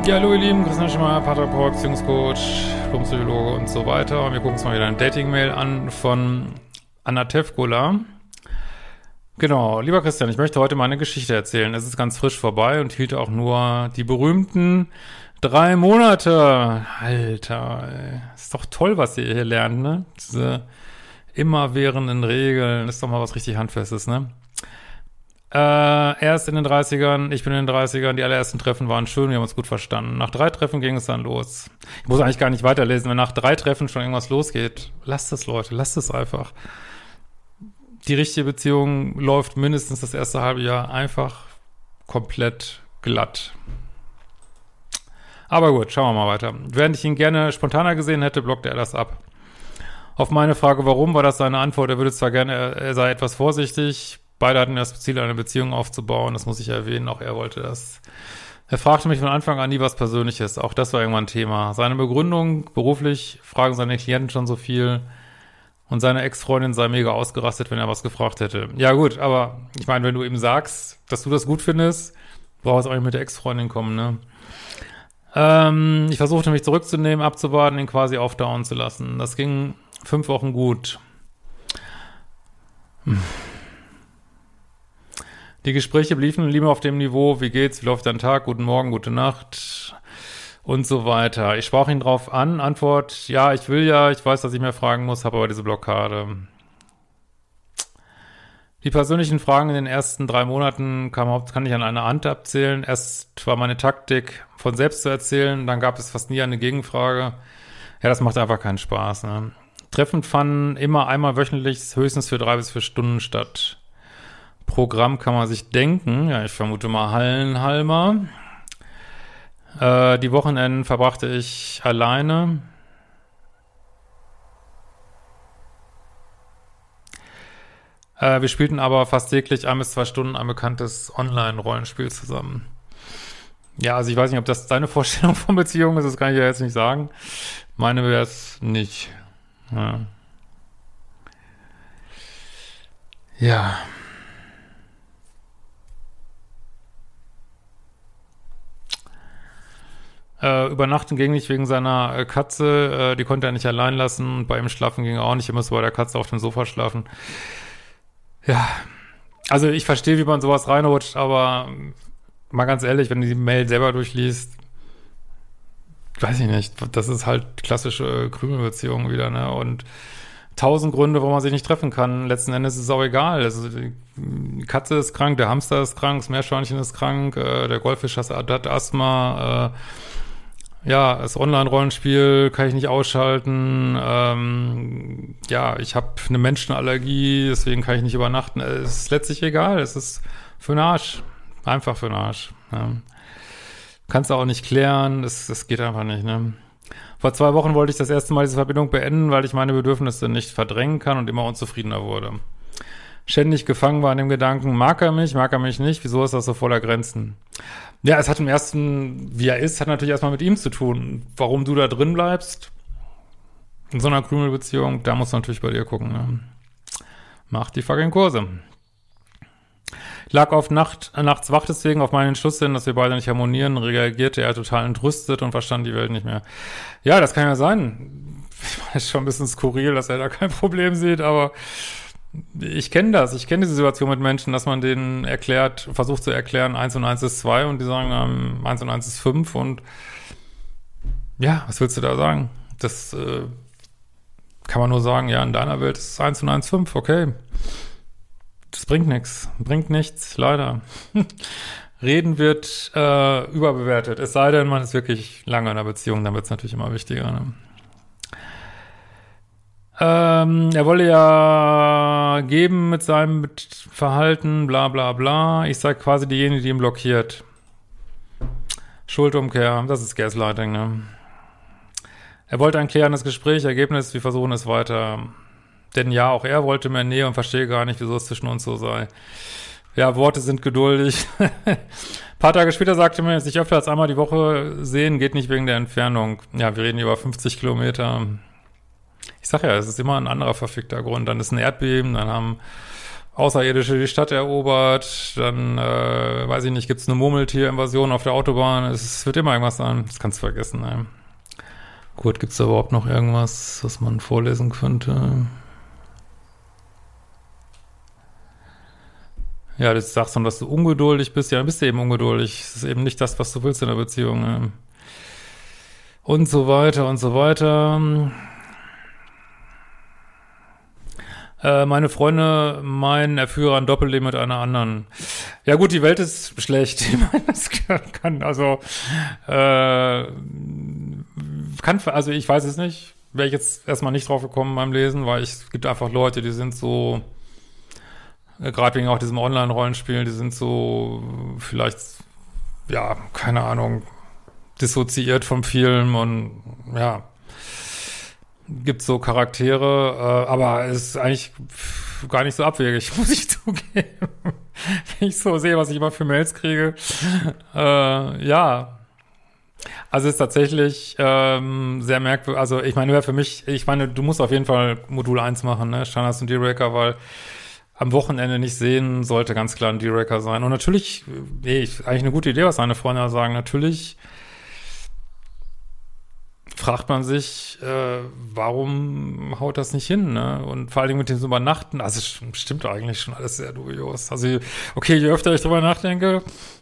Ja, hallo ihr Lieben, Christian Schemmer, Paartherapeut, Beziehungscoach, Diplompsychologe und so weiter. Und wir gucken uns mal wieder eine Dating-Mail an von Anna Tevkola. Genau, lieber Christian, ich möchte heute meine Geschichte erzählen. Es ist ganz frisch vorbei und hielt auch nur die berühmten 3 Monate. Alter, ey. Ist doch toll, was ihr hier lernt, ne? Diese immerwährenden Regeln, ist doch mal was richtig Handfestes, ne? Er ist in den 30ern, ich bin in den 30ern, die allerersten Treffen waren schön, wir haben uns gut verstanden. Nach 3 Treffen ging es dann los. Ich muss eigentlich gar nicht weiterlesen, wenn nach 3 Treffen schon irgendwas losgeht. Lasst es, Leute, lasst es einfach. Die richtige Beziehung läuft mindestens das erste halbe Jahr einfach komplett glatt. Aber gut, schauen wir mal weiter. Während ich ihn gerne spontaner gesehen hätte, blockte er das ab. Auf meine Frage, warum, war das seine Antwort. Er würde zwar gerne, er sei etwas vorsichtig. Beide hatten das Ziel, eine Beziehung aufzubauen. Das muss ich erwähnen. Auch er wollte das. Er fragte mich von Anfang an nie was Persönliches. Auch das war irgendwann ein Thema. Seine Begründung, beruflich, fragen seine Klienten schon so viel. Und seine Ex-Freundin sei mega ausgerastet, wenn er was gefragt hätte. Ja gut, aber ich meine, wenn du ihm sagst, dass du das gut findest, brauchst du auch nicht mit der Ex-Freundin kommen, ne? Ich versuchte mich zurückzunehmen, abzuwarten, ihn quasi aufdauen zu lassen. Das ging 5 Wochen gut. Die Gespräche liefen lieber auf dem Niveau, wie geht's, wie läuft dein Tag, guten Morgen, gute Nacht und so weiter. Ich sprach ihn drauf an, Antwort, ja, ich will ja, ich weiß, dass ich mehr fragen muss, habe aber diese Blockade. Die persönlichen Fragen in den ersten 3 Monaten kann ich an einer Hand abzählen. Erst war meine Taktik, von selbst zu erzählen, dann gab es fast nie eine Gegenfrage. Ja, das macht einfach keinen Spaß, ne? Treffen fanden immer einmal wöchentlich, höchstens für 3 bis 4 Stunden statt. Programm kann man sich denken. Ja, ich vermute mal Hallenhalmer. Die Wochenenden verbrachte ich alleine. Wir spielten aber fast täglich 1 bis 2 Stunden ein bekanntes Online-Rollenspiel zusammen. Ja, also ich weiß nicht, ob das deine Vorstellung von Beziehung ist, das kann ich ja jetzt nicht sagen. Meine wäre es nicht. Ja. Übernachten ging nicht wegen seiner Katze, die konnte er nicht allein lassen und bei ihm schlafen ging er auch nicht, er musste bei der Katze auf dem Sofa schlafen. Ja, also ich verstehe, wie man sowas reinrutscht, aber mal ganz ehrlich, wenn du die Mail selber durchliest, weiß ich nicht, das ist halt klassische Krümelbeziehung wieder, ne, und 1000 Gründe, warum man sich nicht treffen kann. Letzten Endes ist es auch egal. Also die Katze ist krank, der Hamster ist krank, das Meerschweinchen ist krank, der Goldfisch hat Asthma, ja, das Online-Rollenspiel kann ich nicht ausschalten. Ja, ich habe eine Menschenallergie, deswegen kann ich nicht übernachten. Es ist letztlich egal. Es ist für den Arsch. Einfach für den Arsch. Ja. Kannst du auch nicht klären. Das geht einfach nicht, ne? Vor 2 Wochen wollte ich das erste Mal diese Verbindung beenden, weil ich meine Bedürfnisse nicht verdrängen kann und immer unzufriedener wurde. Ständig gefangen war an dem Gedanken, mag er mich nicht, wieso ist das so voller Grenzen? Ja, es hat im ersten, wie er ist, hat natürlich erstmal mit ihm zu tun. Warum du da drin bleibst, in so einer Krümelbeziehung, da musst du natürlich bei dir gucken, ne? Mach die fucking Kurse. Ich lag oft nachts wach deswegen auf meinen Entschluss hin, dass wir beide nicht harmonieren, reagierte er total entrüstet und verstand die Welt nicht mehr. Ja, das kann ja sein. Ist schon ein bisschen skurril, dass er da kein Problem sieht, aber ich kenne das. Ich kenne diese Situation mit Menschen, dass man denen erklärt, versucht zu erklären, 1 und 1 ist 2 und die sagen, 1 und 1 ist 5 und ja, was willst du da sagen? Das kann man nur sagen, ja, in deiner Welt ist 1 und 1 5, okay. Das bringt nichts, leider. Reden wird überbewertet, es sei denn, man ist wirklich lange in einer Beziehung, dann wird es natürlich immer wichtiger, ne? Er wolle ja geben mit seinem Verhalten, bla bla bla. Ich sei quasi diejenige, die ihn blockiert. Schuldumkehr, das ist Gaslighting, ne? Er wollte ein klärendes Gespräch, Ergebnis, wir versuchen es weiter. Denn ja, auch er wollte mehr Nähe und verstehe gar nicht, wieso es zwischen uns so sei. Ja, Worte sind geduldig. Ein paar Tage später sagte mir, sich öfter als einmal die Woche sehen, geht nicht wegen der Entfernung. Ja, wir reden über 50 Kilometer. Ich sag ja, es ist immer ein anderer verfickter Grund. Dann ist ein Erdbeben, dann haben Außerirdische die Stadt erobert, dann, weiß ich nicht, gibt's eine Murmeltier-Invasion auf der Autobahn, es wird immer irgendwas sein, das kannst du vergessen, ey. Gut, gibt's da überhaupt noch irgendwas, was man vorlesen könnte? Ja, du sagst dann, dass du ungeduldig bist, ja, dann bist du eben ungeduldig, es ist eben nicht das, was du willst in der Beziehung, ey. Und so weiter und so weiter. Meine Freunde meinen, er führe ein Doppelleben mit einer anderen. Ja gut, die Welt ist schlecht. Ich meine, das also ich weiß es nicht. Wäre ich jetzt erstmal nicht drauf gekommen beim Lesen, weil es gibt einfach Leute, die sind so, gerade wegen auch diesem Online-Rollenspiel, die sind so vielleicht, ja, keine Ahnung, dissoziiert vom Film und ja, gibt so Charaktere, aber es ist eigentlich gar nicht so abwegig, muss ich zugeben. Wenn ich so sehe, was ich immer für Mails kriege. Ja. Also es ist tatsächlich sehr merkwürdig. Also ich meine, du musst auf jeden Fall Modul 1 machen, ne? Standards und Dealbreaker, weil am Wochenende nicht sehen sollte ganz klar ein Dealbreaker sein. Und natürlich, eigentlich eine gute Idee, was seine Freunde sagen. Natürlich fragt man sich, warum haut das nicht hin, ne? Und vor allen Dingen mit dem Übernachten, also es stimmt eigentlich schon alles sehr dubios. Also, okay, je öfter ich drüber nachdenke,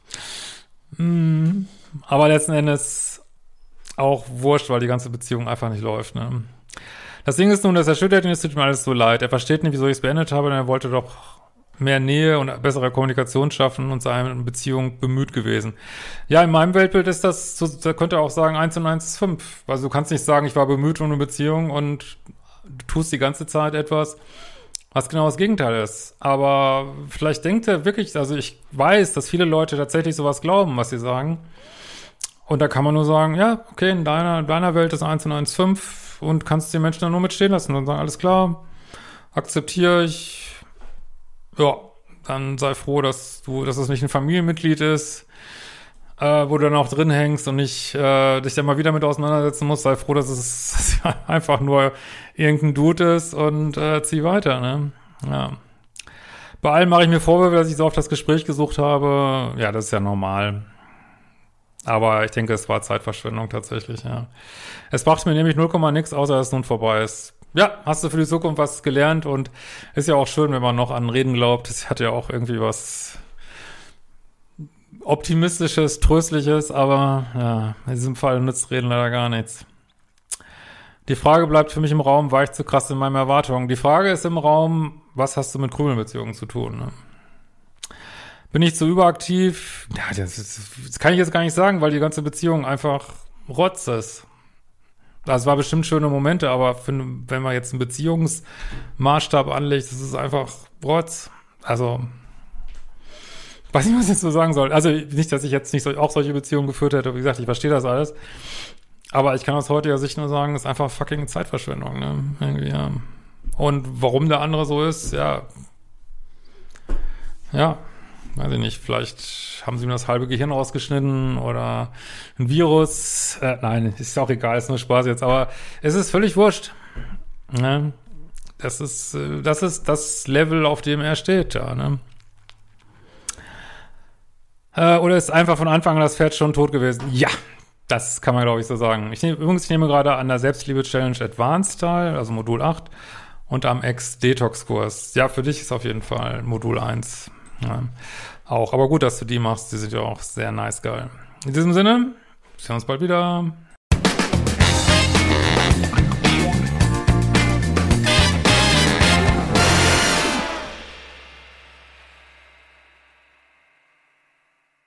aber letzten Endes auch wurscht, weil die ganze Beziehung einfach nicht läuft, ne? Das Ding ist nun, das erschüttert ihn, es tut mir alles so leid. Er versteht nicht, wieso ich es beendet habe, denn er wollte doch mehr Nähe und bessere Kommunikation schaffen und sei in Beziehung bemüht gewesen. Ja, in meinem Weltbild ist das, da könnte er auch sagen, 1 und 1 ist 5. Also du kannst nicht sagen, ich war bemüht um eine Beziehung und du tust die ganze Zeit etwas, was genau das Gegenteil ist. Aber vielleicht denkt er wirklich, also ich weiß, dass viele Leute tatsächlich sowas glauben, was sie sagen. Und da kann man nur sagen, ja, okay, in deiner Welt ist 1 und 1 5 und kannst die Menschen dann nur mitstehen lassen und sagen, alles klar, akzeptiere ich. Ja, dann sei froh, dass es nicht ein Familienmitglied ist, wo du dann auch drin hängst und nicht dich dann mal wieder mit auseinandersetzen musst. Sei froh, dass es einfach nur irgendein Dude ist und zieh weiter, ne? Ja. Bei allem mache ich mir Vorwürfe, dass ich so oft das Gespräch gesucht habe. Ja, das ist ja normal. Aber ich denke, es war Zeitverschwendung tatsächlich, ja. Es brachte mir nämlich 0, nix, außer dass es nun vorbei ist. Ja, hast du für die Zukunft was gelernt und ist ja auch schön, wenn man noch an Reden glaubt. Es hat ja auch irgendwie was Optimistisches, Tröstliches, aber ja, in diesem Fall nützt Reden leider gar nichts. Die Frage bleibt für mich im Raum, war ich zu krass in meinen Erwartungen? Die Frage ist im Raum, was hast du mit Krümelbeziehungen zu tun, ne? Bin ich zu überaktiv? Ja, das kann ich jetzt gar nicht sagen, weil die ganze Beziehung einfach Rotz ist. Das war bestimmt schöne Momente, aber wenn man jetzt einen Beziehungsmaßstab anlegt, das ist einfach Rotz. Also, weiß nicht, was ich jetzt so sagen soll. Also, nicht, dass ich jetzt nicht auch solche Beziehungen geführt hätte. Wie gesagt, ich verstehe das alles. Aber ich kann aus heutiger Sicht nur sagen, das ist einfach fucking Zeitverschwendung, ne? Irgendwie, ja. Und warum der andere so ist, ja, weiß ich nicht, vielleicht haben sie mir das halbe Gehirn rausgeschnitten oder ein Virus. Nein, ist auch egal, ist nur Spaß jetzt, aber es ist völlig wurscht. Ne? Das ist das Level, auf dem er steht, ja, ne? Oder ist einfach von Anfang an das Pferd schon tot gewesen? Ja, das kann man, glaube ich, so sagen. Ich nehme gerade an der Selbstliebe-Challenge Advanced teil, also Modul 8, und am Ex-Detox-Kurs. Ja, für dich ist auf jeden Fall Modul 1. Ja, auch. Aber gut, dass du die machst. Die sind ja auch sehr nice geil. In diesem Sinne, sehen wir uns bald wieder.